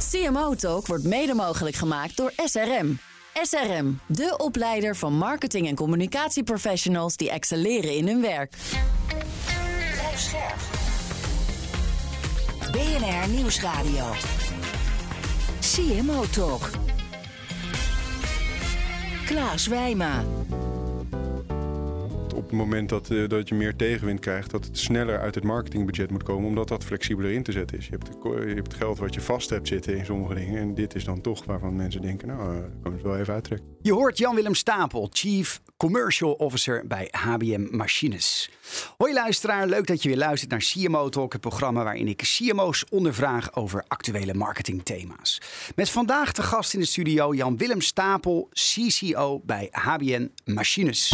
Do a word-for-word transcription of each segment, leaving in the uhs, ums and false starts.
C M O Talk wordt mede mogelijk gemaakt door S R M. S R M, de opleider van marketing- en communicatieprofessionals die excelleren in hun werk. Blijf scherp. B N R Nieuwsradio. C M O Talk. Klaas Wijma. Op het moment dat, uh, dat je meer tegenwind krijgt, dat het sneller uit het marketingbudget moet komen, omdat dat flexibeler in te zetten is. Je hebt, de, je hebt het geld wat je vast hebt zitten in sommige dingen. En dit is dan toch waarvan mensen denken, nou, uh, kan het wel even uittrekken. Je hoort Jan-Willem Stapel, Chief Commercial Officer bij H B M Machines. Hoi luisteraar, leuk dat je weer luistert naar C M O Talk, het programma waarin ik C M O's ondervraag over actuele marketingthema's. Met vandaag de gast in de studio Jan-Willem Stapel, C C O bij H B M Machines.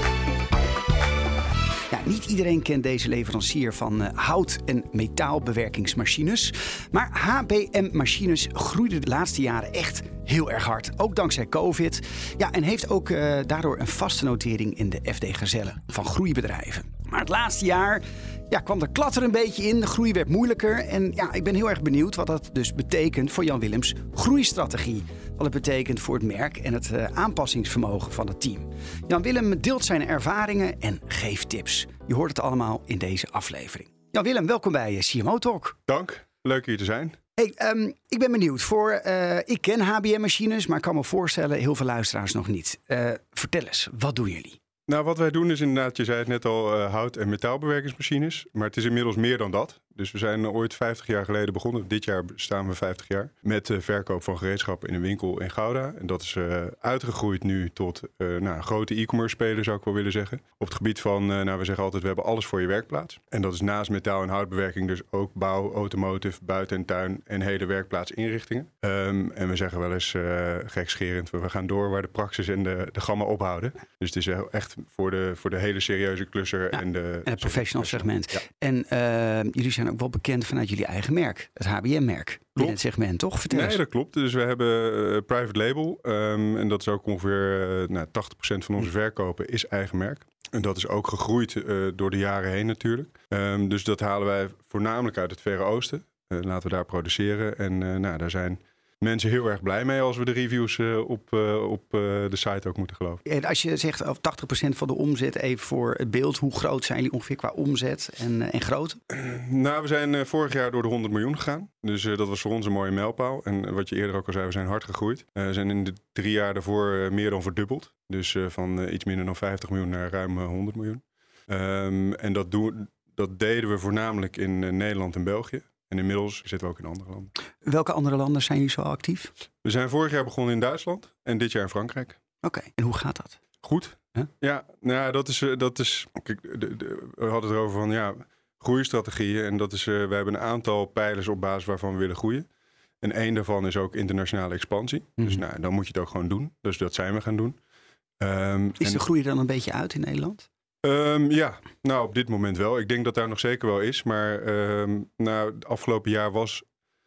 Ja, niet iedereen kent deze leverancier van uh, hout- en metaalbewerkingsmachines. Maar H B M Machines groeide de laatste jaren echt heel erg hard. Ook dankzij COVID. Ja, en heeft ook uh, daardoor een vaste notering in de F D Gazelle van groeibedrijven. Maar het laatste jaar ja, kwam de klat er een beetje in. De groei werd moeilijker. En ja, ik ben heel erg benieuwd wat dat dus betekent voor Jan Willems groeistrategie. Wat het betekent voor het merk en het uh, aanpassingsvermogen van het team. Jan Willem deelt zijn ervaringen en geeft tips. Je hoort het allemaal in deze aflevering. Jan Willem, welkom bij C M O Talk. Dank, leuk hier te zijn. Hey, um, ik ben benieuwd. Voor, uh, ik ken H B M Machines, maar ik kan me voorstellen heel veel luisteraars nog niet. Uh, vertel eens, wat doen jullie? Nou, wat wij doen is inderdaad, je zei het net al, uh, hout- en metaalbewerkingsmachines. Maar het is inmiddels meer dan dat. Dus we zijn ooit vijftig jaar geleden begonnen. Dit jaar staan we vijftig jaar. Met de verkoop van gereedschappen in een winkel in Gouda. En dat is uh, uitgegroeid nu tot uh, nou, een grote e-commerce speler, zou ik wel willen zeggen. Op het gebied van, uh, nou we zeggen altijd, we hebben alles voor je werkplaats. En dat is naast metaal- en houtbewerking dus ook bouw, automotive, buiten- en tuin en hele werkplaatsinrichtingen. Um, en we zeggen wel eens uh, gekscherend, we gaan door waar de praxis en de, de gamma ophouden. Dus het is echt voor de, voor de hele serieuze klusser. Ja, en, de, en het professional segment. Ja. En uh, jullie zijn ook wel bekend vanuit jullie eigen merk. Het H B M-merk. Binnen het segment, toch? Vertel nee, eens. dat klopt. Dus we hebben uh, private label. Um, en dat is ook ongeveer uh, nou, tachtig procent van onze verkopen is eigen merk. En dat is ook gegroeid uh, door de jaren heen natuurlijk. Um, dus dat halen wij voornamelijk uit het Verre Oosten. Uh, laten we daar produceren. En uh, nou, daar zijn mensen heel erg blij mee als we de reviews uh, op, uh, op uh, de site ook moeten geloven. En als je zegt of tachtig procent van de omzet, even voor het beeld, hoe groot zijn jullie ongeveer qua omzet en, uh, en grootte? Nou, we zijn uh, vorig jaar door de honderd miljoen gegaan. Dus uh, dat was voor ons een mooie mijlpaal. En uh, wat je eerder ook al zei, we zijn hard gegroeid. Uh, we zijn in de drie jaar daarvoor uh, meer dan verdubbeld. Dus uh, van uh, iets minder dan vijftig miljoen naar ruim uh, honderd miljoen. Um, en dat, doen, dat deden we voornamelijk in uh, Nederland en België. En inmiddels zitten we ook in andere landen. Welke andere landen zijn jullie zo actief? We zijn vorig jaar begonnen in Duitsland en dit jaar in Frankrijk. Oké, okay. En hoe gaat dat? Goed. Huh? Ja, nou, dat is... Dat is kijk, de, de, we hadden het erover van ja, groeistrategieën. En dat is, uh, we hebben een aantal pijlers op basis waarvan we willen groeien. En één daarvan is ook internationale expansie. Mm-hmm. Dus nou, dan moet je het ook gewoon doen. Dus dat zijn we gaan doen. Um, is de en, groei dan een beetje uit in Nederland? Um, ja, nou op dit moment wel. Ik denk dat daar nog zeker wel is. Maar um, nou, het afgelopen jaar was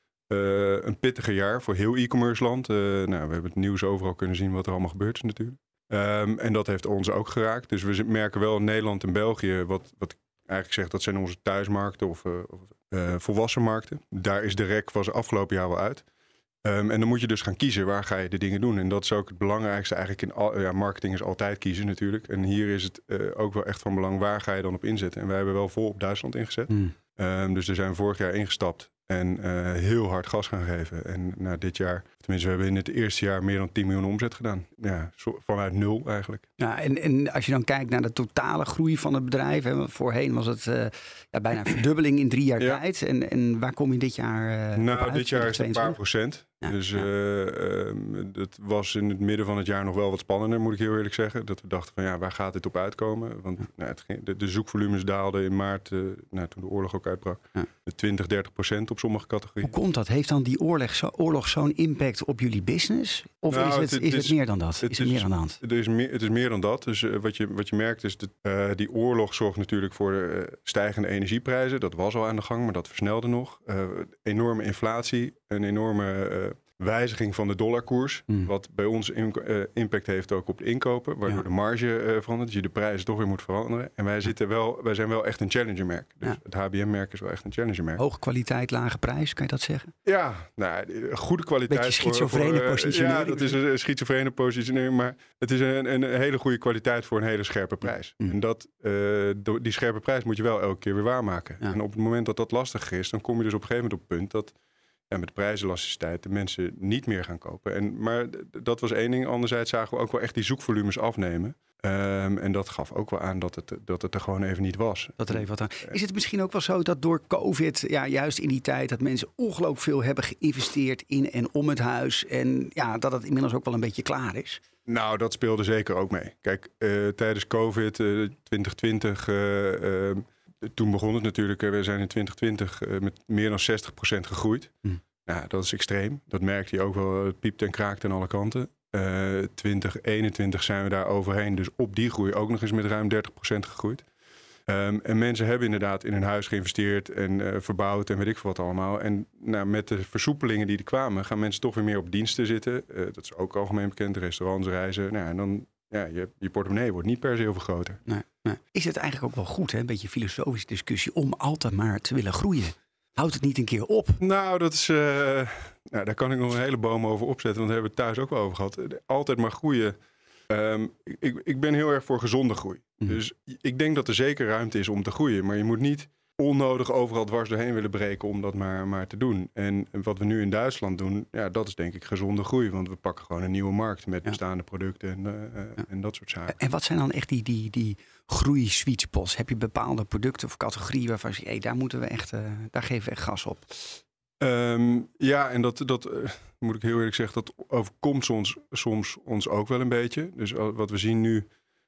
uh, een pittiger jaar voor heel e-commerce land. Uh, nou, we hebben het nieuws overal kunnen zien wat er allemaal gebeurd is natuurlijk. Um, en dat heeft ons ook geraakt. Dus we merken wel in Nederland en België, wat, wat ik eigenlijk zeg, dat zijn onze thuismarkten of, uh, of uh, volwassen markten. Daar is de rek was afgelopen jaar wel uit. Um, en dan moet je dus gaan kiezen, waar ga je de dingen doen? En dat is ook het belangrijkste eigenlijk in al, ja, marketing is altijd kiezen natuurlijk. En hier is het uh, ook wel echt van belang, waar ga je dan op inzetten? En wij hebben wel vol op Duitsland ingezet. Mm. Um, dus we zijn vorig jaar ingestapt en uh, heel hard gas gaan geven. En nou, dit jaar, tenminste we hebben in het eerste jaar meer dan tien miljoen omzet gedaan. Ja, zo, vanuit nul eigenlijk. Ja, en, en als je dan kijkt naar de totale groei van het bedrijf. Hè, voorheen was het uh, ja, bijna een verdubbeling in drie jaar ja. tijd. En, en waar kom je dit jaar uh, Nou, uit, dit jaar is het een paar procent. Ja, dus ja. Uh, uh, het was in het midden van het jaar nog wel wat spannender, moet ik heel eerlijk zeggen. Dat we dachten van ja, waar gaat dit op uitkomen? Want nou, het ging, de, de zoekvolumes daalden in maart, uh, nou, toen de oorlog ook uitbrak, ja. met twintig, dertig procent op sommige categorieën. Hoe komt dat? Heeft dan die oorlog, zo, oorlog zo'n impact op jullie business? Of nou, is, het, het, is het, het meer dan dat? Het is er is, meer aan de hand? Het is meer, het is meer dan dat. Dus uh, wat, je, wat je merkt is dat uh, die oorlog zorgt natuurlijk voor uh, stijgende energieprijzen. Dat was al aan de gang, maar dat versnelde nog. Uh, enorme inflatie, een enorme... Uh, wijziging van de dollarkoers. Mm. Wat bij ons in, uh, impact heeft ook op de inkopen. Waardoor Ja. de marge uh, verandert. Dus je de prijzen toch weer moet veranderen. En wij, zitten wel, wij zijn wel echt een challengermerk. Dus Ja. het H B M-merk is wel echt een challengermerk. Hoge kwaliteit, lage prijs, kan je dat zeggen? Ja, nou, goede kwaliteit. Beetje voor- schizofrene voor, uh, positionering. Ja, dat is een schizofrene positionering. Maar het is een, een hele goede kwaliteit voor een hele scherpe prijs. Mm. En dat, uh, die scherpe prijs moet je wel elke keer weer waarmaken. Ja. En op het moment dat dat lastiger is, dan kom je dus op een gegeven moment op het punt dat ja, met prijzelasticiteit de mensen niet meer gaan kopen. En, maar d- dat was één ding. Anderzijds zagen we ook wel echt die zoekvolumes afnemen. Um, en dat gaf ook wel aan dat het, dat het er gewoon even niet was. Dat er even wat aan. Is het misschien ook wel zo dat door COVID, ja, juist in die tijd, dat mensen ongelooflijk veel hebben geïnvesteerd in en om het huis. En ja, dat het inmiddels ook wel een beetje klaar is? Nou, dat speelde zeker ook mee. Kijk, uh, tijdens COVID, uh, twintig twintig, uh, uh, toen begon het natuurlijk. Uh, we zijn in twintig twintig uh, met meer dan zestig procent gegroeid. Hm. Nou, dat is extreem. Dat merkte je ook wel. Het piept en kraakt aan alle kanten. Uh, twintig eenentwintig zijn we daar overheen. Dus op die groei ook nog eens met ruim dertig procent gegroeid. Um, en mensen hebben inderdaad in hun huis geïnvesteerd en uh, verbouwd en weet ik veel wat allemaal. En nou, met de versoepelingen die er kwamen, gaan mensen toch weer meer op diensten zitten. Uh, dat is ook algemeen bekend, restaurants, reizen. Nou, en dan, ja, je, je portemonnee wordt niet per se heel veel groter. Nee, nee. Is het eigenlijk ook wel goed, hè? Een beetje filosofische discussie, om altijd maar te willen groeien? Houdt het niet een keer op? Nou, dat is, uh, nou, daar kan ik nog een hele boom over opzetten, want daar hebben we het thuis ook wel over gehad. Altijd maar groeien. Um, ik, ik ben heel erg voor gezonde groei. Mm. Dus ik denk dat er zeker ruimte is om te groeien. Maar je moet niet onnodig overal dwars doorheen willen breken om dat maar, maar te doen. En wat we nu in Duitsland doen, ja, dat is denk ik gezonde groei. Want we pakken gewoon een nieuwe markt met ja. bestaande producten en, uh, ja. en dat soort zaken. En wat zijn dan echt die, die, die groei-sweet spots? Heb je bepaalde producten of categorieën waarvan je zegt, hey, daar moeten we echt, uh, daar geven we echt gas op? Um, ja, en dat, dat uh, moet ik heel eerlijk zeggen, dat overkomt soms, soms ons ook wel een beetje. Dus uh, wat we zien nu,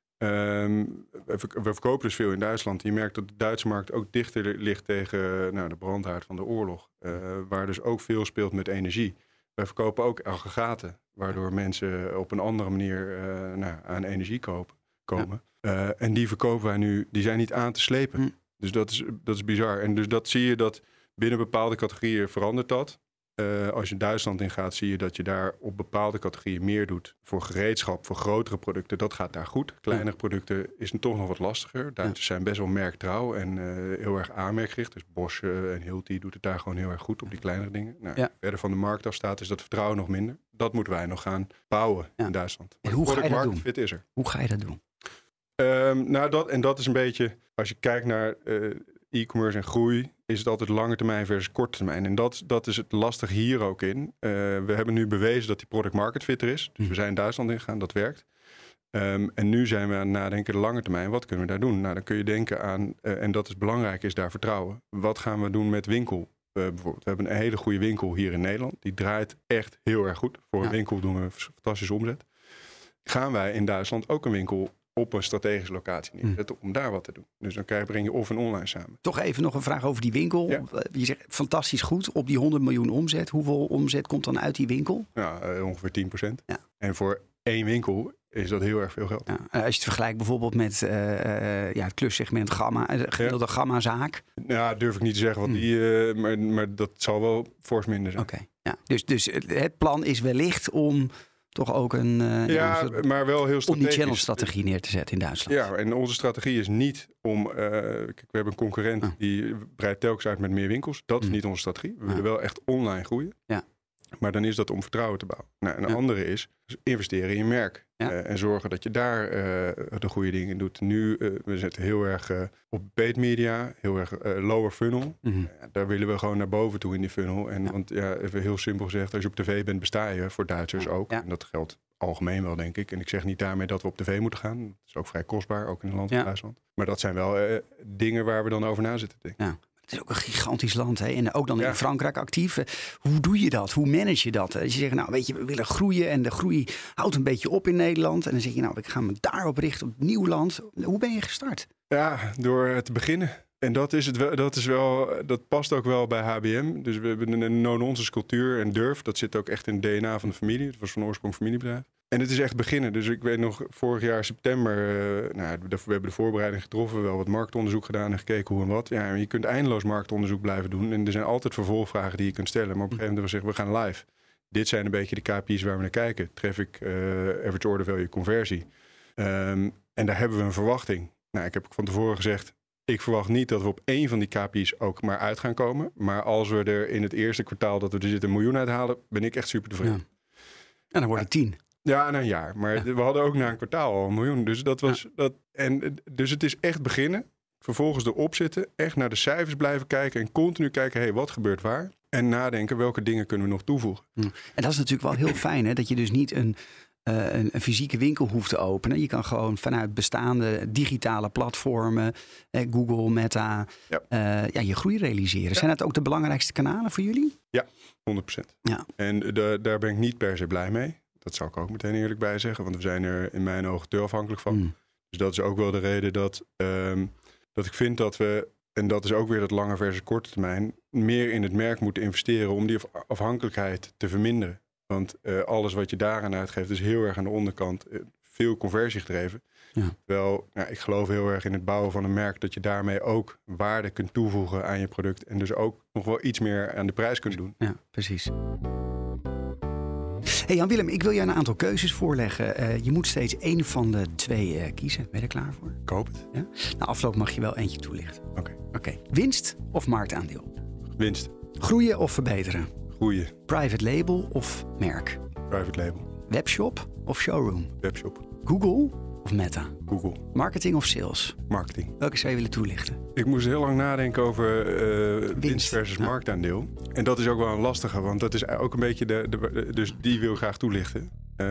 um, we, we verkopen dus veel in Duitsland. Je merkt dat de Duitse markt ook dichter ligt tegen uh, nou, de brandhaard van de oorlog. Uh, waar dus ook veel speelt met energie. Wij verkopen ook aggregaten, waardoor mensen op een andere manier uh, nou, aan energie kopen, komen. Ja. Uh, en die verkopen wij nu, die zijn niet aan te slepen. Hm. Dus dat is, dat is bizar. En dus dat zie je dat binnen bepaalde categorieën verandert dat. Uh, als je Duitsland ingaat, zie je dat je daar op bepaalde categorieën meer doet. Voor gereedschap, voor grotere producten, dat gaat daar goed. Kleinere ja. producten is het toch nog wat lastiger. Duitsers ja. zijn best wel merktrouw en uh, heel erg aanmerkgericht. Dus Bosch uh, en Hilti doet het daar gewoon heel erg goed op die kleinere dingen. Nou, ja. verder van de markt afstaat is dat vertrouwen nog minder. Dat moeten wij nog gaan bouwen ja. in Duitsland. En hoe ga je dat doen? Fit is er. Hoe ga je dat doen? Um, nou, dat, en dat is een beetje, als je kijkt naar uh, e-commerce en groei, is het altijd lange termijn versus korte termijn. En dat, dat is het lastig hier ook in. Uh, we hebben nu bewezen dat die product market fit er is. Dus we zijn in Duitsland ingegaan, dat werkt. Um, en nu zijn we aan het nadenken de lange termijn. Wat kunnen we daar doen? Nou, dan kun je denken aan, uh, en dat is belangrijk, is daar vertrouwen. Wat gaan we doen met winkel? Uh, bijvoorbeeld, we hebben een hele goede winkel hier in Nederland. Die draait echt heel erg goed. Voor ja. een winkel doen we een fantastische omzet. Gaan wij in Duitsland ook een winkel op een strategische locatie neerzetten om daar wat te doen. Dus dan krijg, breng je off en online samen. Toch even nog een vraag over die winkel. Ja. Je zegt fantastisch goed, op die honderd miljoen omzet. Hoeveel omzet komt dan uit die winkel? Ja, uh, ongeveer tien procent. Ja. En voor één winkel is dat heel erg veel geld. Ja. Als je het vergelijkt bijvoorbeeld met uh, uh, ja, het klussegment Gamma, de gemiddelde ja. Gamma-zaak. Ja, durf ik niet te zeggen, wat hmm. die, uh, maar, maar dat zal wel fors minder zijn. Oké. Okay. Ja. Dus, dus het plan is wellicht om toch ook een uh, ja, ja, maar wel heel strategisch. omnichannel strategie neer te zetten in Duitsland. Ja, en onze strategie is niet om, uh, kijk, we hebben een concurrent oh. die breidt telkens uit met meer winkels. Dat is mm. niet onze strategie. We oh. willen wel echt online groeien. Ja. Maar dan is dat om vertrouwen te bouwen. Nou, en een ja. andere is investeren in je merk. Ja. Uh, en zorgen dat je daar uh, de goede dingen doet. Nu, uh, we zetten heel erg uh, op paid media, heel erg uh, lower funnel. Mm-hmm. Uh, daar willen we gewoon naar boven toe in die funnel. En ja. want ja, even heel simpel gezegd, als je op tv bent, besta je voor Duitsers ja. ook. Ja. En dat geldt algemeen wel, denk ik. En ik zeg niet daarmee dat we op tv moeten gaan. Dat is ook vrij kostbaar, ook in een land als ja. Duitsland. Maar dat zijn wel uh, dingen waar we dan over na zitten, denk ik. Ja. Het is ook een gigantisch land. Hè? En ook dan ja. in Frankrijk actief. Hoe doe je dat? Hoe manage je dat? Als je zegt, nou weet je, we willen groeien. En de groei houdt een beetje op in Nederland. En dan zeg je, nou ik ga me daarop richten, op het nieuw land. Hoe ben je gestart? Ja, door te beginnen. En dat is het wel, dat is wel, dat past ook wel bij H B M. Dus we hebben een no-nonsense cultuur en durf. Dat zit ook echt in het D N A van de familie. Het was van oorsprong familiebedrijf. En het is echt beginnen. Dus ik weet nog, vorig jaar september, uh, nou, we hebben de voorbereiding getroffen, wel wat marktonderzoek gedaan en gekeken hoe en wat. Ja, je kunt eindeloos marktonderzoek blijven doen. En er zijn altijd vervolgvragen die je kunt stellen. Maar op een gegeven moment zeggen we gaan live. dit zijn een beetje de K P I's waar we naar kijken. Traffic, uh, average order value, conversie. Um, en daar hebben we een verwachting. Nou, ik heb van tevoren gezegd, ik verwacht niet dat we op één van die K P I's ook maar uit gaan komen. Maar als we er in het eerste kwartaal dat we er zitten een miljoen uithalen, ben ik echt super tevreden. Ja. En dan wordt het tien. Ja, na een jaar. Maar ja. we hadden ook na een kwartaal al een miljoen. Dus dat was ja. dat. En dus het is echt beginnen. Vervolgens erop zitten. Echt naar de cijfers blijven kijken. En continu kijken, hé, hey, wat gebeurt waar? En nadenken, welke dingen kunnen we nog toevoegen? Ja. En dat is natuurlijk wel heel fijn, hè? Dat je dus niet een, uh, een, een fysieke winkel hoeft te openen. Je kan gewoon vanuit bestaande digitale platformen, eh, Google, Meta, ja. Uh, ja, je groei realiseren. Ja. Zijn dat ook de belangrijkste kanalen voor jullie? Ja, honderd procent. Ja. En de, daar ben ik niet per se blij mee. Dat zou ik ook meteen eerlijk bij zeggen. Want we zijn er in mijn ogen te afhankelijk van. Mm. Dus dat is ook wel de reden dat, um, dat ik vind dat we, en dat is ook weer dat lange versus korte termijn, meer in het merk moeten investeren om die afhankelijkheid te verminderen. Want uh, alles wat je daaraan uitgeeft is heel erg aan de onderkant uh, veel conversie gedreven. Ja. Terwijl nou, ik geloof heel erg in het bouwen van een merk dat je daarmee ook waarde kunt toevoegen aan je product. En dus ook nog wel iets meer aan de prijs kunt doen. Ja, precies. Hey Jan-Willem, ik wil je een aantal keuzes voorleggen. Uh, je moet steeds één van de twee uh, kiezen. Ben je er klaar voor? Ik hoop het. Ja? Na afloop mag je wel eentje toelichten. Oké. Okay. Okay. Winst of marktaandeel? Winst. Groeien of verbeteren? Groeien. Private label of merk? Private label. Webshop of showroom? Webshop. Google of Meta? Google. Marketing of sales? Marketing. Welke zou je willen toelichten? Ik moest heel lang nadenken over uh, winst. winst versus ja. marktaandeel. En dat is ook wel een lastige, want dat is ook een beetje de... de dus die wil ik graag toelichten.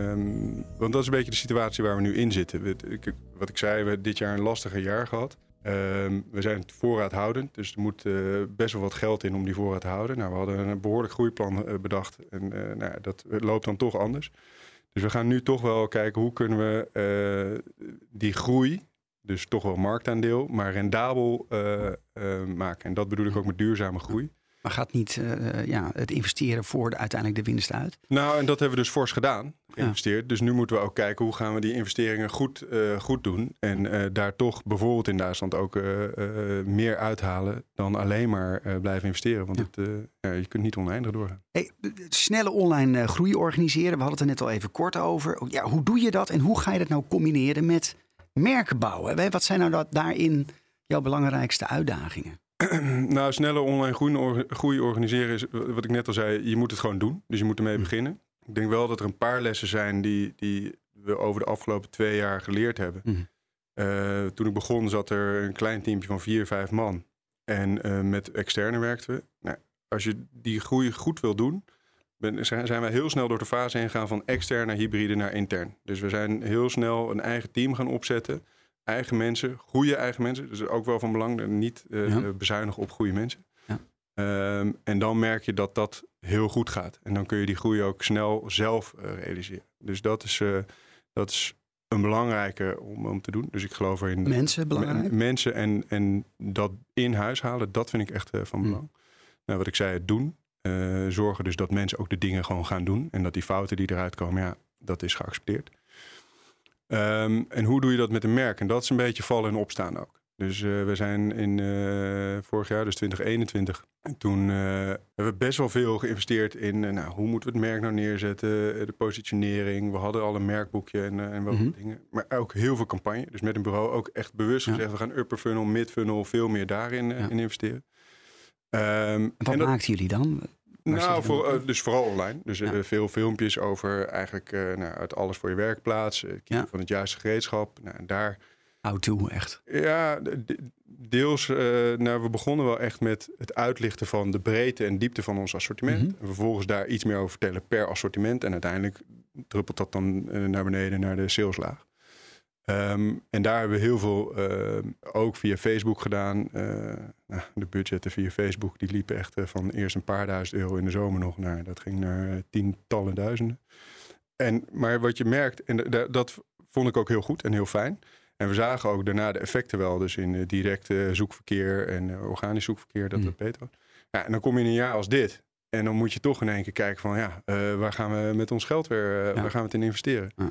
Um, want dat is een beetje de situatie waar we nu in zitten. We, ik, wat ik zei, we hebben dit jaar een lastiger jaar gehad. Um, we zijn voorraadhoudend, dus er moet uh, best wel wat geld in om die voorraad te houden. Nou, we hadden een behoorlijk groeiplan uh, bedacht en uh, nou, dat loopt dan toch anders. Dus we gaan nu toch wel kijken hoe kunnen we uh, die groei, dus toch wel marktaandeel, maar rendabel uh, uh, maken. En dat bedoel ik ook met duurzame groei. Maar gaat niet uh, ja, het investeren voor de, uiteindelijk de winst uit? Nou, en dat hebben we dus fors gedaan, geïnvesteerd. Ja. Dus nu moeten we ook kijken hoe gaan we die investeringen goed, uh, goed doen. En uh, daar toch bijvoorbeeld in Duitsland ook uh, uh, meer uithalen dan alleen maar uh, blijven investeren. Want ja. Het, uh, ja, je kunt niet oneindig doorgaan. Hey, snelle online uh, groei organiseren. We hadden het er net al even kort over. Ja, hoe doe je dat en hoe ga je dat nou combineren met merken bouwen? Wat zijn nou dat, daarin jouw belangrijkste uitdagingen? Nou, snelle online groei, groei organiseren is, wat ik net al zei, je moet het gewoon doen. Dus je moet ermee beginnen. Ik denk wel dat er een paar lessen zijn die, die we over de afgelopen twee jaar geleerd hebben. Mm. Uh, toen ik begon zat er een klein teampje van vier, vijf man. En uh, met externe werkten we. Nou, als je die groei goed wil doen, ben, zijn wij heel snel door de fase heen gegaan van extern naar hybride naar intern. Dus we zijn heel snel een eigen team gaan opzetten. Eigen mensen, goede eigen mensen. Dus ook wel van belang, niet uh, ja. bezuinigen op goede mensen. Ja. Um, en dan merk je dat dat heel goed gaat. En dan kun je die groei ook snel zelf uh, realiseren. Dus dat is, uh, dat is een belangrijke om, om te doen. Dus ik geloof erin. Mensen belangrijk? M- mensen en, en dat in huis halen, dat vind ik echt uh, van belang. Hmm. Nou, wat ik zei, het doen. Uh, zorgen dus dat mensen ook de dingen gewoon gaan doen. En dat die fouten die eruit komen, ja, dat is geaccepteerd. Um, en hoe doe je dat met een merk? En dat is een beetje vallen en opstaan ook. Dus uh, we zijn in uh, vorig jaar, dus twintig eenentwintig. En toen uh, hebben we best wel veel geïnvesteerd in uh, nou, hoe moeten we het merk nou neerzetten, uh, de positionering. We hadden al een merkboekje en, uh, en wel mm-hmm. dingen. Maar ook heel veel campagne. Dus met een bureau ook echt bewust ja. gezegd, we gaan upper funnel, mid funnel, veel meer daarin uh, ja. in investeren. Um, en wat en dat, maakten jullie dan? Nou, voor, uh, dus vooral online. Dus ja. uh, veel filmpjes over eigenlijk uh, nou, uit alles voor je werkplaats. Uh, kiezen ja. van het juiste gereedschap. Nou, en daar... How-to, echt? Ja, deels. Uh, nou, we begonnen wel echt met het uitlichten van de breedte en diepte van ons assortiment. Mm-hmm. En vervolgens daar iets meer over vertellen per assortiment. En uiteindelijk druppelt dat dan uh, naar beneden naar de saleslaag. Um, en daar hebben we heel veel uh, ook via Facebook gedaan. Uh, nou, de budgetten via Facebook die liepen echt uh, van eerst een paar duizend euro in de zomer nog naar, dat ging naar uh, tientallen duizenden. En, maar wat je merkt, en d- d- dat vond ik ook heel goed en heel fijn. En we zagen ook daarna de effecten wel, dus in uh, directe zoekverkeer en uh, organisch zoekverkeer, dat mm. dat beter was. Ja, en dan kom je in een jaar als dit. En dan moet je toch in één keer kijken van ja, uh, waar gaan we met ons geld weer, uh, ja. waar gaan we het in investeren? Ja.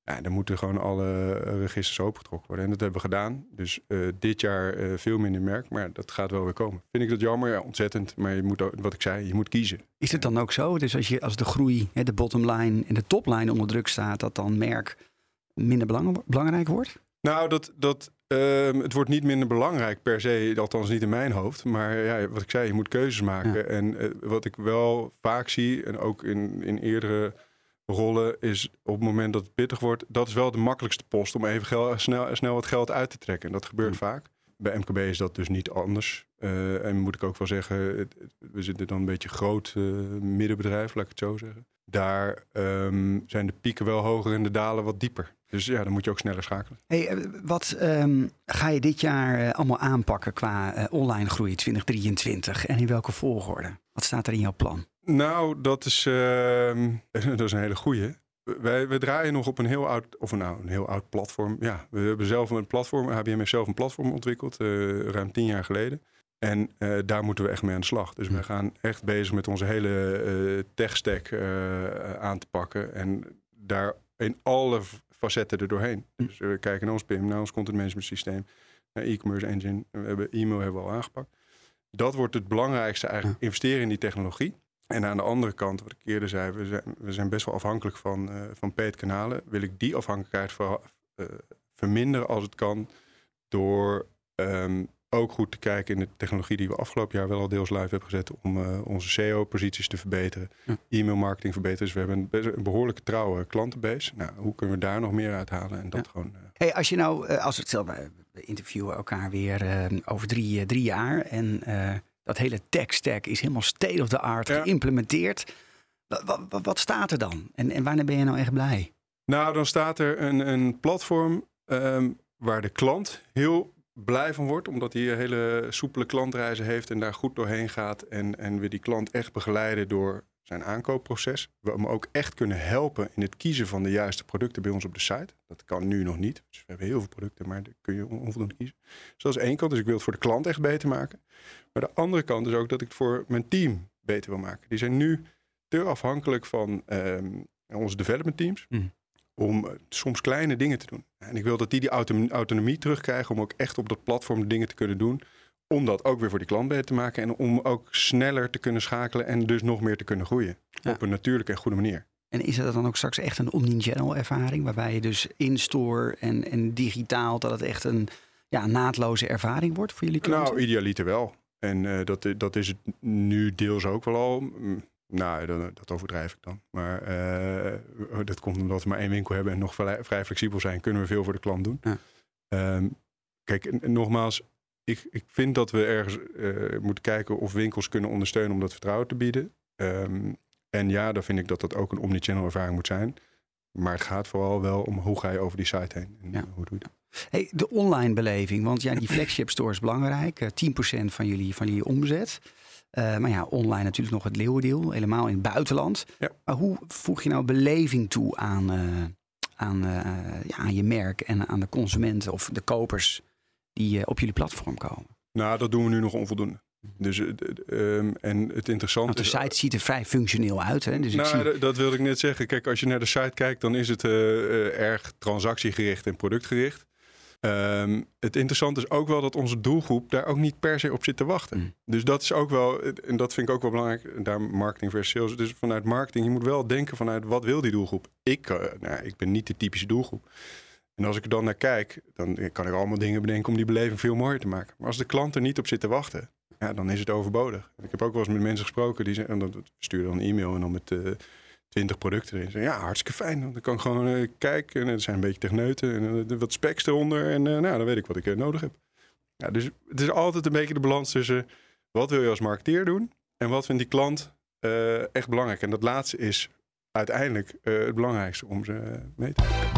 Ja, dan moeten gewoon alle registers opengetrokken worden. En dat hebben we gedaan. Dus uh, dit jaar uh, veel minder merk. Maar dat gaat wel weer komen. Vind ik dat jammer? Ja, ontzettend. Maar je moet, wat ik zei, je moet kiezen. Is het dan ook zo? Dus als, je, als de groei, de bottomline en de topline onder druk staat, dat dan merk minder belang, belangrijk wordt? Nou, dat, dat, uh, het wordt niet minder belangrijk per se. Althans niet in mijn hoofd. Maar ja, wat ik zei, je moet keuzes maken. Ja. En uh, wat ik wel vaak zie, en ook in, in eerdere rollen, is op het moment dat het pittig wordt, dat is wel de makkelijkste post om even gel- snel, snel wat geld uit te trekken. En dat gebeurt mm. vaak. Bij M K B is dat dus niet anders. Uh, en moet ik ook wel zeggen, het, we zitten dan een beetje groot uh, middenbedrijf, laat ik het zo zeggen. Daar um, zijn de pieken wel hoger en de dalen wat dieper. Dus ja, dan moet je ook sneller schakelen. Hey, wat um, ga je dit jaar uh, allemaal aanpakken qua uh, online groei twintig drieëntwintig? En in welke volgorde? Wat staat er in jouw plan? Nou, dat is, uh, dat is een hele goeie. Wij, wij draaien nog op een heel oud, of nou, een heel oud platform. Ja, we hebben zelf een platform, H B M heeft zelf een platform ontwikkeld, uh, ruim tien jaar geleden. En uh, daar moeten we echt mee aan de slag. Dus we gaan echt bezig met onze hele uh, tech-stack uh, aan te pakken. En daar in alle facetten er doorheen. Dus we kijken naar ons P I M, naar ons content management systeem, naar e-commerce engine. We hebben e-mail hebben we al aangepakt. Dat wordt het belangrijkste eigenlijk, investeren in die technologie. En aan de andere kant, wat ik eerder zei, we zijn, we zijn best wel afhankelijk van, uh, van paid kanalen. Wil ik die afhankelijkheid ver, uh, verminderen als het kan door um, ook goed te kijken in de technologie die we afgelopen jaar wel al deels live hebben gezet om uh, onze S E O-posities te verbeteren, ja. e-mailmarketing verbeteren. Dus we hebben een, een behoorlijke trouwe klantenbase. Nou, hoe kunnen we daar nog meer uithalen? En dat ja. gewoon. Uh... Hey, als je nou, uh, als het stel, we interviewen elkaar weer uh, over drie, uh, drie jaar en uh, dat hele tech-stack is helemaal state of the art ja. geïmplementeerd. Wat, wat, wat staat er dan? En, en wanneer ben je nou echt blij? Nou, dan staat er een, een platform um, waar de klant heel blij van wordt, omdat hij hele soepele klantreizen heeft en daar goed doorheen gaat. En, en we die klant echt begeleiden door zijn aankoopproces. We hem ook echt kunnen helpen in het kiezen van de juiste producten bij ons op de site. Dat kan nu nog niet. Dus we hebben heel veel producten, maar daar kun je onvoldoende kiezen. Dus dat is één kant. Dus ik wil het voor de klant echt beter maken. Maar de andere kant is ook dat ik het voor mijn team beter wil maken. Die zijn nu te afhankelijk van um, onze development teams. Mm. Om uh, soms kleine dingen te doen. En ik wil dat die die auto- autonomie terugkrijgen om ook echt op dat platform de dingen te kunnen doen. Om dat ook weer voor die klant beter te maken. En om ook sneller te kunnen schakelen en dus nog meer te kunnen groeien. Ja. Op een natuurlijke en goede manier. En is dat dan ook straks echt een omnichannel ervaring? Waarbij je dus in-store en, en digitaal, dat het echt een ja, naadloze ervaring wordt voor jullie klanten? Nou, idealiter wel. En uh, dat, dat is het nu deels ook wel al. Nou, dat, dat overdrijf ik dan. Maar uh, dat komt omdat we maar één winkel hebben en nog vrij, vrij flexibel zijn. Kunnen we veel voor de klant doen. Ja. Um, kijk, nogmaals, ik, ik vind dat we ergens uh, moeten kijken of winkels kunnen ondersteunen om dat vertrouwen te bieden. Um, en ja, dan vind ik dat dat ook een omnichannel ervaring moet zijn. Maar het gaat vooral wel om hoe ga je over die site heen. En ja. hoe doe je dat? Hey, de online beleving, want ja, die flagship store is belangrijk. Uh, tien procent van jullie, van jullie omzet. Uh, maar ja, online natuurlijk nog het leeuwendeel, helemaal in het buitenland. Ja. Maar hoe voeg je nou beleving toe aan, uh, aan, uh, ja, aan je merk en aan de consumenten of de kopers die uh, op jullie platform komen? Nou, dat doen we nu nog onvoldoende. Dus, uh, um, en het interessante Want de site is, ziet er vrij functioneel uit. Hè? Dus nou, ik zie... d- dat wilde ik net zeggen. Kijk, als je naar de site kijkt, dan is het uh, uh, erg transactiegericht en productgericht. Um, het interessante is ook wel dat onze doelgroep daar ook niet per se op zit te wachten. Mm. Dus dat is ook wel, en dat vind ik ook wel belangrijk, daar marketing versus sales. Dus vanuit marketing, je moet wel denken vanuit wat wil die doelgroep. Ik, uh, nou, ik ben niet de typische doelgroep. En als ik er dan naar kijk, dan kan ik allemaal dingen bedenken om die beleving veel mooier te maken. Maar als de klant er niet op zit te wachten, ja, dan is het overbodig. Ik heb ook wel eens met mensen gesproken, die zeggen, dan sturen dan een e-mail en dan met uh, twintig producten erin. Ja, hartstikke fijn. Dan kan ik gewoon uh, kijken en er zijn een beetje techneuten en uh, wat specs eronder. En uh, nou, dan weet ik wat ik uh, nodig heb. Ja, dus het is altijd een beetje de balans tussen wat wil je als marketeer doen en wat vindt die klant uh, echt belangrijk. En dat laatste is uiteindelijk uh, het belangrijkste om ze uh, mee te maken.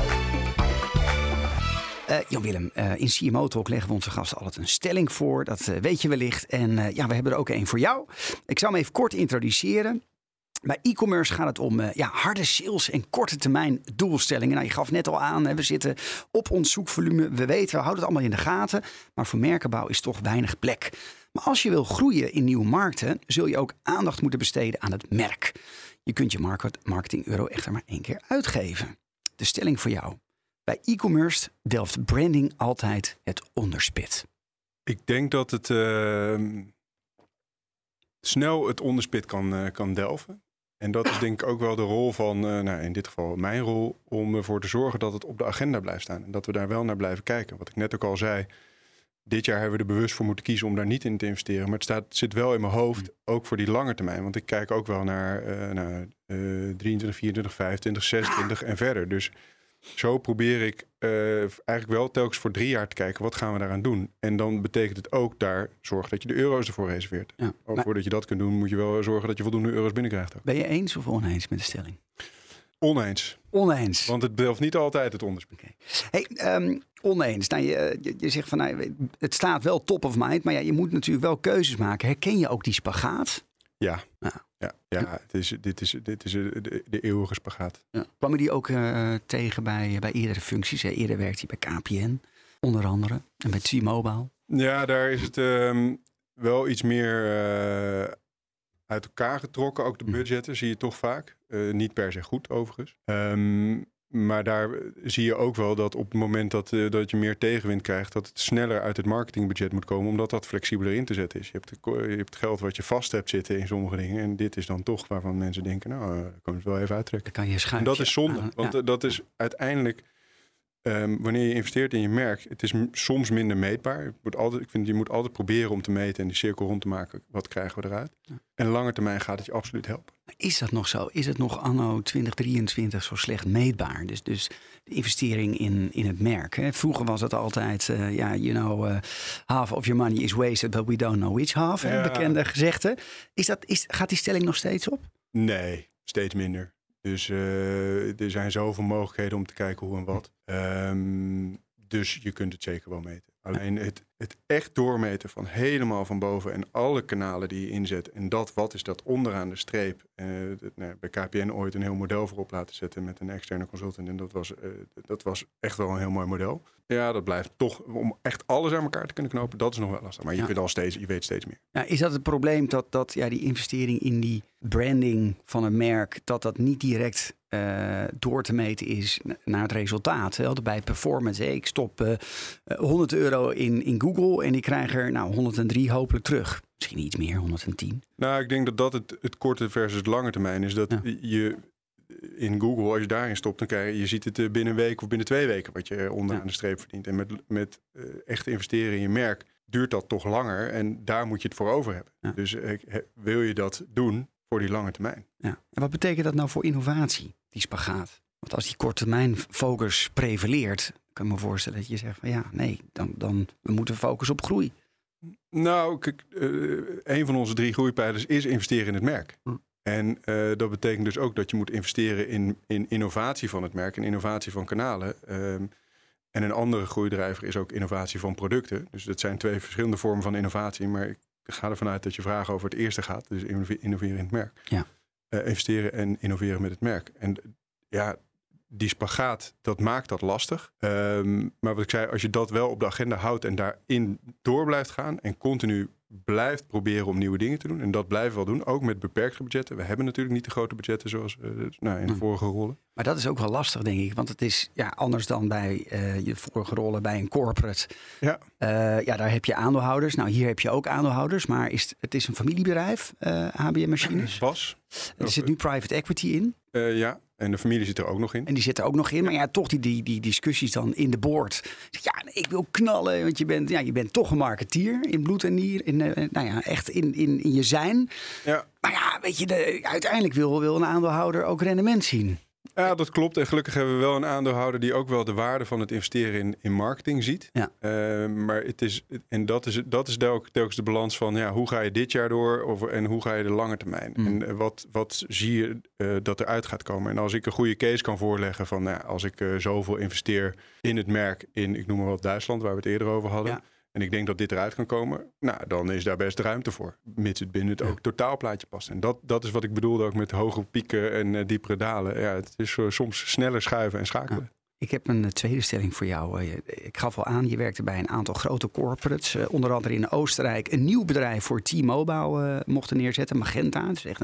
Uh, Jan-Willem, uh, in C M O Talk leggen we onze gasten altijd een stelling voor. Dat uh, weet je wellicht. En uh, ja, we hebben er ook één voor jou. Ik zal hem even kort introduceren. Bij e-commerce gaat het om uh, ja, harde sales en korte termijn doelstellingen. Nou, je gaf net al aan, hè, we zitten op ons zoekvolume. We weten, we houden het allemaal in de gaten. Maar voor merkenbouw is toch weinig plek. Maar als je wil groeien in nieuwe markten, zul je ook aandacht moeten besteden aan het merk. Je kunt je marketing euro echter maar één keer uitgeven. de stelling voor jou. Bij e-commerce delft branding altijd het onderspit. Ik denk dat het uh, snel het onderspit kan, uh, kan delven. En dat is denk ik ook wel de rol van, uh, nou in dit geval mijn rol, om ervoor te zorgen dat het op de agenda blijft staan. En dat we daar wel naar blijven kijken. Wat ik net ook al zei, dit jaar hebben we er bewust voor moeten kiezen om daar niet in te investeren. Maar het, staat, het zit wel in mijn hoofd, ook voor die lange termijn. Want ik kijk ook wel naar, uh, naar uh, drieëntwintig, vierentwintig, vijfentwintig, zesentwintig en verder. Dus zo probeer ik uh, eigenlijk wel telkens voor drie jaar te kijken, wat gaan we daaraan doen? En dan betekent het ook daar zorgen dat je de euro's ervoor reserveert. Ja, ook maar voordat je dat kunt doen, moet je wel zorgen dat je voldoende euro's binnenkrijgt. Ook. Ben je eens of oneens met de stelling? Oneens. Oneens. Want het delft niet altijd het onderspit. Okay. Hey, um, oneens. Nou, je, je, je zegt van, nou, het staat wel top of mind, maar ja, je moet natuurlijk wel keuzes maken. Herken je ook die spagaat? Ja. Nou. Ja, ja het is, dit is, dit is de, de eeuwige spagaat. Ja. Kwam je die ook uh, tegen bij, bij eerdere functies? Hè? Eerder werkte je bij K P N, onder andere. En bij T-Mobile. Ja, daar is het um, wel iets meer uh, uit elkaar getrokken. Ook de budgetten zie je toch vaak. Uh, niet per se goed, overigens. Um, maar daar zie je ook wel dat op het moment dat, uh, dat je meer tegenwind krijgt, dat het sneller uit het marketingbudget moet komen, omdat dat flexibeler in te zetten is. Je hebt, de, je hebt het geld wat je vast hebt zitten in sommige dingen. En dit is dan toch waarvan mensen denken, nou, uh, kan je het wel even uittrekken. Dan kan je schuiven. En dat is zonde. aan, want ja. uh, dat is uiteindelijk, um, wanneer je investeert in je merk, het is m- soms minder meetbaar. Je moet altijd, ik vind, je moet altijd proberen om te meten en die cirkel rond te maken. Wat krijgen we eruit? Ja. En lange termijn gaat het je absoluut helpen. Is dat nog zo? Is het nog anno twintig drieëntwintig zo slecht meetbaar? Dus, dus de investering in, in het merk. Hè? Vroeger was het altijd, ja, uh, yeah, you know, uh, half of your money is wasted, but we don't know which half. Ja. Hè? Bekende gezegde. Is dat, is, gaat die stelling nog steeds op? Nee, steeds minder. Dus uh, er zijn zoveel mogelijkheden om te kijken hoe en wat. Um, dus je kunt het zeker wel meten. Alleen het, het echt doormeten van helemaal van boven en alle kanalen die je inzet. En dat, wat is dat onderaan de streep? Uh, dat, nou, bij K P N ooit een heel model voorop laten zetten met een externe consultant. En dat was, uh, dat was echt wel een heel mooi model. Ja, dat blijft toch, om echt alles aan elkaar te kunnen knopen, dat is nog wel lastig. Maar je, ja. kunt al steeds, je weet steeds meer. Ja, is dat het probleem dat, dat ja, die investering in die branding van een merk, dat dat niet direct uh, door te meten is naar het resultaat? Hè? Bij performance, hè? Ik stop uh, honderd euro in, in Google en ik krijg er nou honderddrie hopelijk terug. Misschien iets meer, honderdtien. Nou, ik denk dat dat het, het korte versus het lange termijn is. Dat ja. je in Google, als je daarin stopt, dan krijg je, je ziet het binnen een week of binnen twee weken wat je onderaan ja. de streep verdient. En met, met uh, echt investeren in je merk duurt dat toch langer en daar moet je het voor over hebben. Ja. Dus uh, wil je dat doen voor die lange termijn. Ja. En wat betekent dat nou voor innovatie, die spagaat? Want als die korte termijn focus prevaleert, kan ik me voorstellen dat je zegt van ja, nee, dan, dan we moeten focussen op groei. Nou, kijk, uh, een van onze drie groeipijlers is investeren in het merk. Hm. En uh, dat betekent dus ook dat je moet investeren in, in innovatie van het merk en innovatie van kanalen. Um, en een andere groeidrijver is ook innovatie van producten. Dus dat zijn twee verschillende vormen van innovatie. Maar ik ga ervan uit dat je vraag over het eerste gaat. Dus innoveren in het merk. Ja. Uh, investeren en innoveren met het merk. En ja, die spagaat, dat maakt dat lastig. Um, maar wat ik zei, als je dat wel op de agenda houdt en daarin door blijft gaan en continu blijft proberen om nieuwe dingen te doen. En dat blijven we wel doen, ook met beperkte budgetten. We hebben natuurlijk niet de grote budgetten zoals uh, nou, in de hm. vorige rollen. Maar dat is ook wel lastig, denk ik. Want het is ja, anders dan bij uh, je vorige rollen bij een corporate. Ja. Uh, ja, daar heb je aandeelhouders. Nou, hier heb je ook aandeelhouders. Maar is, het is een familiebedrijf, uh, H B M Machines. Was. Er zit nu private equity in. Uh, ja. En de familie zit er ook nog in. En die zit er ook nog in. Maar ja, toch die, die, die discussies dan in de board. Ja, ik wil knallen. Want je bent, ja, je bent toch een marketeer in bloed en nier. In, uh, nou ja, echt in, in, in je zijn. Ja. Maar ja, weet je, de, uiteindelijk wil, wil een aandeelhouder ook rendement zien. Ja, dat klopt. En gelukkig hebben we wel een aandeelhouder die ook wel de waarde van het investeren in, in marketing ziet. Ja. Uh, maar het is, en dat is, dat is telkens de balans van ja, hoe ga je dit jaar door of, en hoe ga je de lange termijn? Mm. En uh, wat, wat zie je uh, dat eruit gaat komen? En als ik een goede case kan voorleggen van nou, als ik uh, zoveel investeer in het merk in, ik noem maar wat Duitsland, waar we het eerder over hadden. Ja. En ik denk dat dit eruit kan komen. Nou, dan is daar best ruimte voor. Mits het binnen het ook totaalplaatje past. En dat, dat is wat ik bedoelde ook met hoge pieken en uh, diepere dalen. Ja, het is uh, soms sneller schuiven en schakelen. Ja. Ik heb een uh, tweede stelling voor jou. Uh, ik gaf al aan, je werkte bij een aantal grote corporates. Uh, onder andere in Oostenrijk een nieuw bedrijf voor T-Mobile uh, mochten neerzetten. Magenta, dus echt een ja.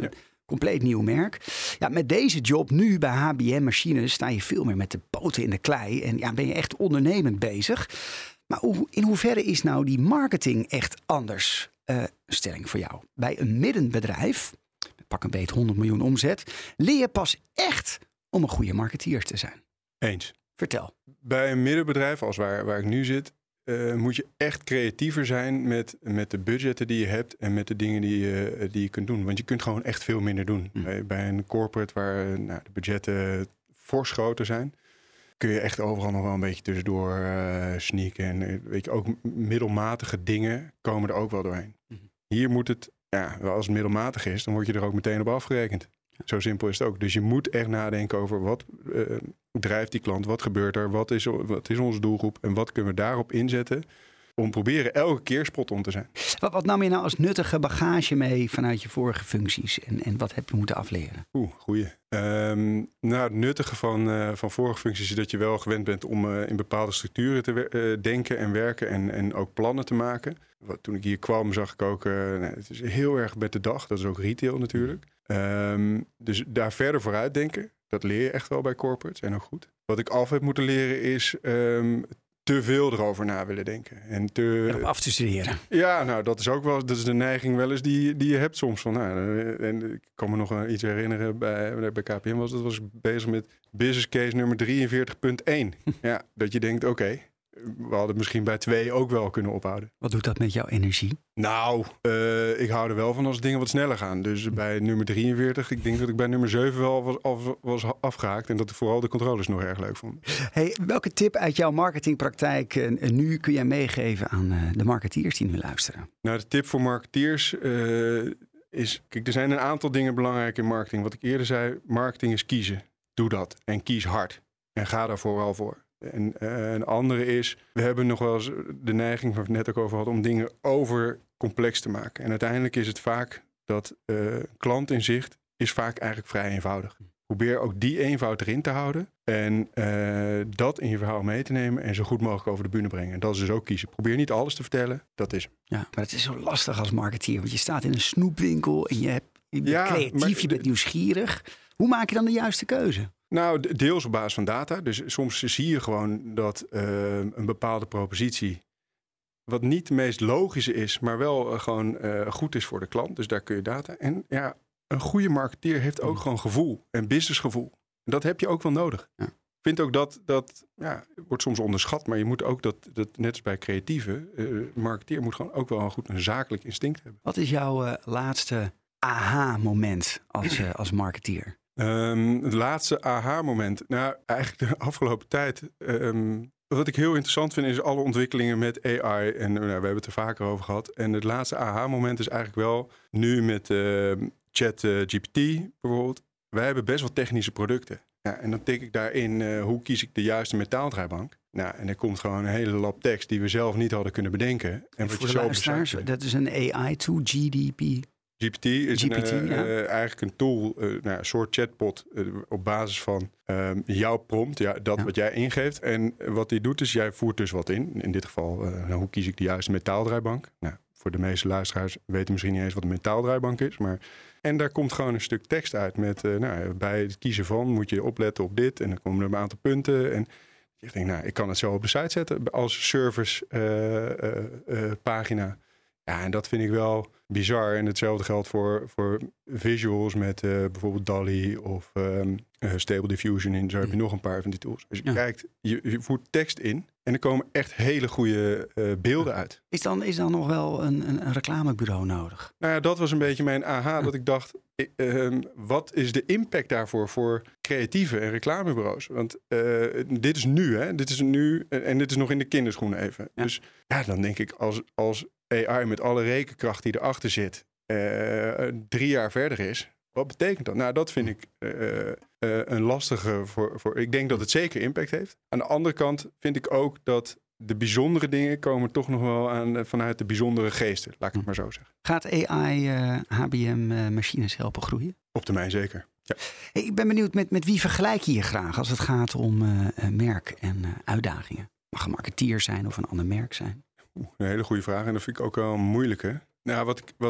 compleet nieuw merk. Ja, met deze job nu bij H B M Machines sta je veel meer met de poten in de klei. En ja, ben je echt ondernemend bezig. Maar hoe, in hoeverre is nou die marketing echt anders? Uh, een stelling voor jou. Bij een middenbedrijf, pak een beet honderd miljoen omzet, leer je pas echt om een goede marketeer te zijn. Eens. Vertel. Bij een middenbedrijf, als waar, waar ik nu zit, uh, moet je echt creatiever zijn met, met de budgetten die je hebt en met de dingen die je, die je kunt doen. Want je kunt gewoon echt veel minder doen. Mm. Bij, bij een corporate waar nou, de budgetten fors groter zijn, kun je echt overal nog wel een beetje tussendoor uh, sneaken. En weet je, ook middelmatige dingen komen er ook wel doorheen. Mm. Hier moet het, ja, als het middelmatig is, dan word je er ook meteen op afgerekend. Zo simpel is het ook. Dus je moet echt nadenken over wat uh, drijft die klant, wat gebeurt er, wat is, wat is onze doelgroep en wat kunnen we daarop inzetten om proberen elke keer spot on te zijn. Wat, wat nam je nou als nuttige bagage mee vanuit je vorige functies en, en wat heb je moeten afleren? Oeh, goeie. Um, nou, het nuttige van, uh, van vorige functies is dat je wel gewend bent om uh, in bepaalde structuren te uh, denken en werken en, en ook plannen te maken. Wat, toen ik hier kwam zag ik ook, uh, nou, het is heel erg met de dag, dat is ook retail natuurlijk. Um, dus daar verder vooruit denken, dat leer je echt wel bij corporates en ook goed. Wat ik af heb moeten leren is um, te veel erover na willen denken. En te, en op af te studeren. Ja, nou dat is ook wel, dat is de neiging wel eens die, die je hebt soms. Van, nou, en ik kan me nog uh, iets herinneren bij, bij K P M was dat was ik bezig met business case nummer drieënveertig punt één. Ja, dat je denkt, oké, okay, we hadden misschien bij twee ook wel kunnen ophouden. Wat doet dat met jouw energie? Nou, uh, ik hou er wel van als dingen wat sneller gaan. Dus bij nummer drieënveertig, ik denk dat ik bij nummer zeven wel was, af, was afgehaakt. En dat ik vooral de controles nog erg leuk vond. Hey, welke tip uit jouw marketingpraktijk uh, nu kun jij meegeven aan uh, de marketeers die nu luisteren? Nou, de tip voor marketeers uh, is... Kijk, er zijn een aantal dingen belangrijk in marketing. Wat ik eerder zei, marketing is kiezen. Doe dat. En kies hard. En ga daar vooral voor. En uh, een andere is, we hebben nog wel eens de neiging, waar we het net ook over hadden, om dingen over complex te maken. En uiteindelijk is het vaak dat uh, klant in zicht is vaak eigenlijk vrij eenvoudig. Probeer ook die eenvoud erin te houden en uh, dat in je verhaal mee te nemen en zo goed mogelijk over de bühne brengen. En dat is dus ook kiezen. Probeer niet alles te vertellen, dat is hem. Ja, maar het is zo lastig als marketeer, want je staat in een snoepwinkel en je, hebt, je bent ja, creatief, maar, je bent nieuwsgierig. Hoe maak je dan de juiste keuze? Nou, deels op basis van data. Dus soms zie je gewoon dat uh, een bepaalde propositie, wat niet de meest logische is, maar wel uh, gewoon uh, goed is voor de klant. Dus daar kun je data. En ja, een goede marketeer heeft ook mm. gewoon gevoel en businessgevoel. En dat heb je ook wel nodig. Ja. Ik vind ook dat, dat ja, wordt soms onderschat, maar je moet ook dat, dat net als bij creatieven, uh, marketeer moet gewoon ook wel een goed een zakelijk instinct hebben. Wat is jouw uh, laatste aha-moment als, uh, als marketeer? Um, het laatste aha-moment. Nou, eigenlijk de afgelopen tijd. Um, wat ik heel interessant vind is alle ontwikkelingen met A I. En nou, we hebben het er vaker over gehad. En het laatste aha-moment is eigenlijk wel nu met uh, Chat uh, G P T bijvoorbeeld. Wij hebben best wel technische producten. Ja, en dan tik ik daarin, uh, hoe kies ik de juiste metaaldraaibank? Nou, en er komt gewoon een hele lap tekst die we zelf niet hadden kunnen bedenken. En, en wat voor je de luisteraars, dat is een A I-tool, G D P. G P T is G P T, een, ja. uh, eigenlijk een tool, uh, nou, een soort chatbot uh, op basis van um, jouw prompt, ja, dat ja. wat jij ingeeft. En wat die doet is, jij voert dus wat in. In dit geval, uh, nou, hoe kies ik de juiste metaaldraaibank? Nou, voor de meeste luisteraars weten misschien niet eens wat een metaaldraaibank is. Maar... En daar komt gewoon een stuk tekst uit met, uh, nou, bij het kiezen van moet je opletten op dit. En dan komen er een aantal punten. En je denkt, nou, ik kan het zo op de site zetten als service uh, uh, uh, pagina. Ja, en dat vind ik wel bizar. En hetzelfde geldt voor, voor visuals met uh, bijvoorbeeld DALL-E of um, uh, Stable Diffusion. En zo heb je nog een paar van die tools. Dus je ja. kijkt, je, je voert tekst in en er komen echt hele goede uh, beelden uit. Is dan, is dan nog wel een, een, een reclamebureau nodig? Nou ja, dat was een beetje mijn aha. Ja. Dat ik dacht, uh, wat is de impact daarvoor voor creatieve en reclamebureaus? Want uh, dit is nu, hè? Dit is nu en dit is nog in de kinderschoenen even. Ja. Dus ja, dan denk ik als... als A I met alle rekenkracht die erachter zit, uh, drie jaar verder is. Wat betekent dat? Nou, dat vind ik uh, uh, een lastige voor, voor... Ik denk dat het zeker impact heeft. Aan de andere kant vind ik ook dat de bijzondere dingen komen toch nog wel aan uh, vanuit de bijzondere geesten. Laat ik het maar zo zeggen. Gaat A I uh, H B M uh, machines helpen groeien? Op termijn zeker, ja. Hey, ik ben benieuwd, met, met wie vergelijk je je graag als het gaat om uh, merk en uh, uitdagingen? Mag een marketeer zijn of een ander merk zijn? Oeh, een hele goede vraag en dat vind ik ook wel een moeilijke. Nou, wat ik, wat ik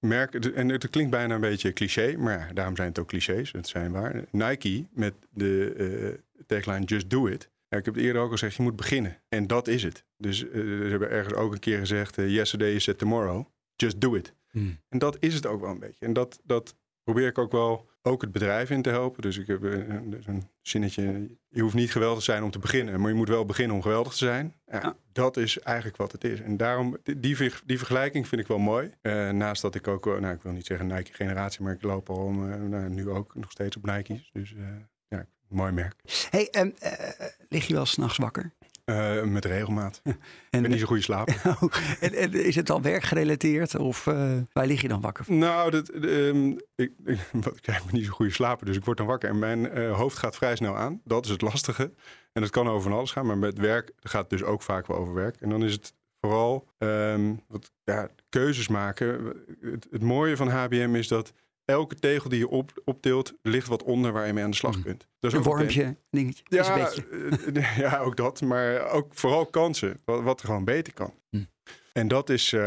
merk, en het klinkt bijna een beetje cliché, maar ja, daarom zijn het ook clichés. Het zijn waar. Nike met de uh, tagline Just Do It. Ja, ik heb het eerder ook al gezegd, je moet beginnen. En dat is het. Dus uh, ze hebben ergens ook een keer gezegd, uh, yesterday is said tomorrow. Just do it. Hmm. En dat is het ook wel een beetje. En dat, dat probeer ik ook wel ook het bedrijf in te helpen. Dus ik heb een, een zinnetje, je hoeft niet geweldig te zijn om te beginnen, maar je moet wel beginnen om geweldig te zijn. Ja, ja. Dat is eigenlijk wat het is. En daarom, die, die vergelijking vind ik wel mooi. Uh, naast dat ik ook, nou ik wil niet zeggen Nike-generatie, maar ik loop al om, uh, nou, nu ook nog steeds op Nike's. Dus uh, ja, mooi merk. Hey, um, uh, lig je wel 's nachts wakker? Uh, met regelmaat. En, ik ben niet zo'n goede slaper. Oh, en, en is het dan werkgerelateerd of uh, waar lig je dan wakker van? Nou, dat, um, ik, ik, ik krijg me niet zo'n goede slaper, dus ik word dan wakker. En mijn uh, hoofd gaat vrij snel aan. Dat is het lastige. En dat kan over van alles gaan, maar met werk gaat het dus ook vaak wel over werk. En dan is het vooral um, wat, ja, keuzes maken. Het, het mooie van H B M is dat elke tegel die je op, optilt, er ligt wat onder waar je mee aan de slag kunt. Dat is een wormpje, een dingetje. Ja, is een beetje. ja, ook dat. Maar ook vooral kansen. Wat, wat er gewoon beter kan. Hm. En dat is, uh,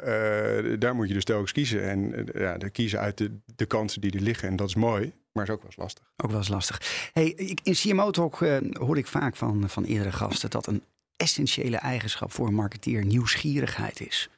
uh, daar moet je dus telkens kiezen. En uh, ja, daar kiezen uit de, de kansen die er liggen. En dat is mooi, maar is ook wel eens lastig. Ook wel eens lastig. Hey, in C M O Talk uh, hoor ik vaak van, van eerdere gasten dat een essentiële eigenschap voor een marketeer nieuwsgierigheid is.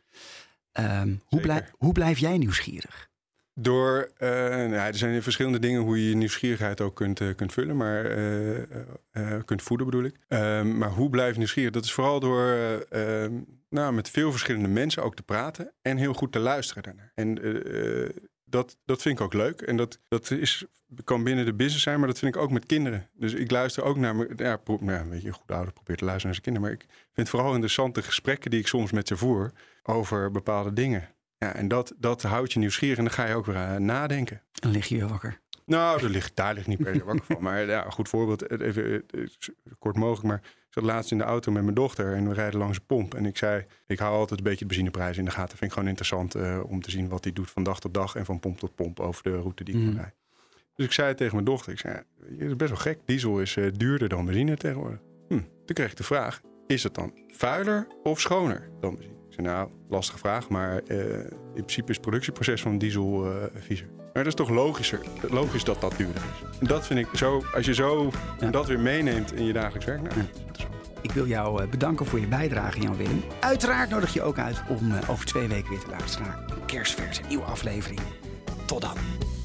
Um, hoe, blijf, hoe blijf jij nieuwsgierig? Door, uh, nou, er zijn verschillende dingen hoe je je nieuwsgierigheid ook kunt, uh, kunt vullen, maar uh, uh, kunt voeden bedoel ik. Uh, maar hoe blijf je nieuwsgierig? Dat is vooral door uh, uh, nou, met veel verschillende mensen ook te praten en heel goed te luisteren daarnaar. En uh, dat, dat vind ik ook leuk. En dat, dat is, kan binnen de business zijn, maar dat vind ik ook met kinderen. Dus ik luister ook naar, ja, pro, nou, weet je, een goede ouder probeert te luisteren naar zijn kinderen. Maar ik vind vooral interessante gesprekken die ik soms met ze voer over bepaalde dingen. Ja, en dat, dat houdt je nieuwsgierig en dan ga je ook weer uh, nadenken. Dan lig je weer wakker. Nou, daar ligt, daar ligt niet per se wakker van. Maar ja, een goed voorbeeld, even kort mogelijk. Maar ik zat laatst in de auto met mijn dochter en we rijden langs een pomp. En ik zei, ik hou altijd een beetje de benzineprijs in de gaten. Vind ik gewoon interessant uh, om te zien wat hij doet van dag tot dag en van pomp tot pomp over de route die ik mm. rijd. Dus ik zei tegen mijn dochter, ik zei, ja, het is best wel gek. Diesel is uh, duurder dan benzine tegenwoordig. Hm. Toen kreeg ik de vraag, is het dan vuiler of schoner dan benzine? Ik zei, nou, lastige vraag, maar uh, in principe is het productieproces van diesel uh, viezer. Maar dat is toch logischer, logisch dat dat duurder is. En dat vind ik zo, als je zo ja. dat weer meeneemt in je dagelijks werk. Nou, ja. dat is Ik wil jou bedanken voor je bijdrage, Jan-Willem. Uiteraard nodig je ook uit om uh, over twee weken weer te luisteren naar een kerstverse nieuwe aflevering. Tot dan.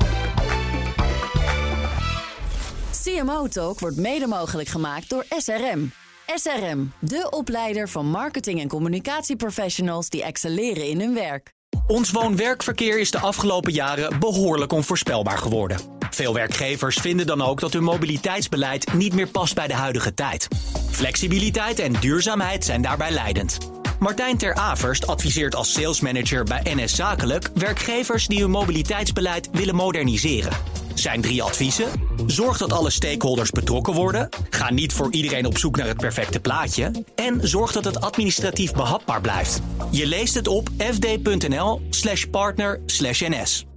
C M O Talk wordt mede mogelijk gemaakt door S R M. S R M, de opleider van marketing- en communicatieprofessionals die excelleren in hun werk. Ons woon-werkverkeer is de afgelopen jaren behoorlijk onvoorspelbaar geworden. Veel werkgevers vinden dan ook dat hun mobiliteitsbeleid niet meer past bij de huidige tijd. Flexibiliteit en duurzaamheid zijn daarbij leidend. Martijn Ter Averst adviseert als salesmanager bij N S Zakelijk werkgevers die hun mobiliteitsbeleid willen moderniseren. Zijn drie adviezen: zorg dat alle stakeholders betrokken worden, ga niet voor iedereen op zoek naar het perfecte plaatje en zorg dat het administratief behapbaar blijft. Je leest het op fd.nl slash partner slash ns.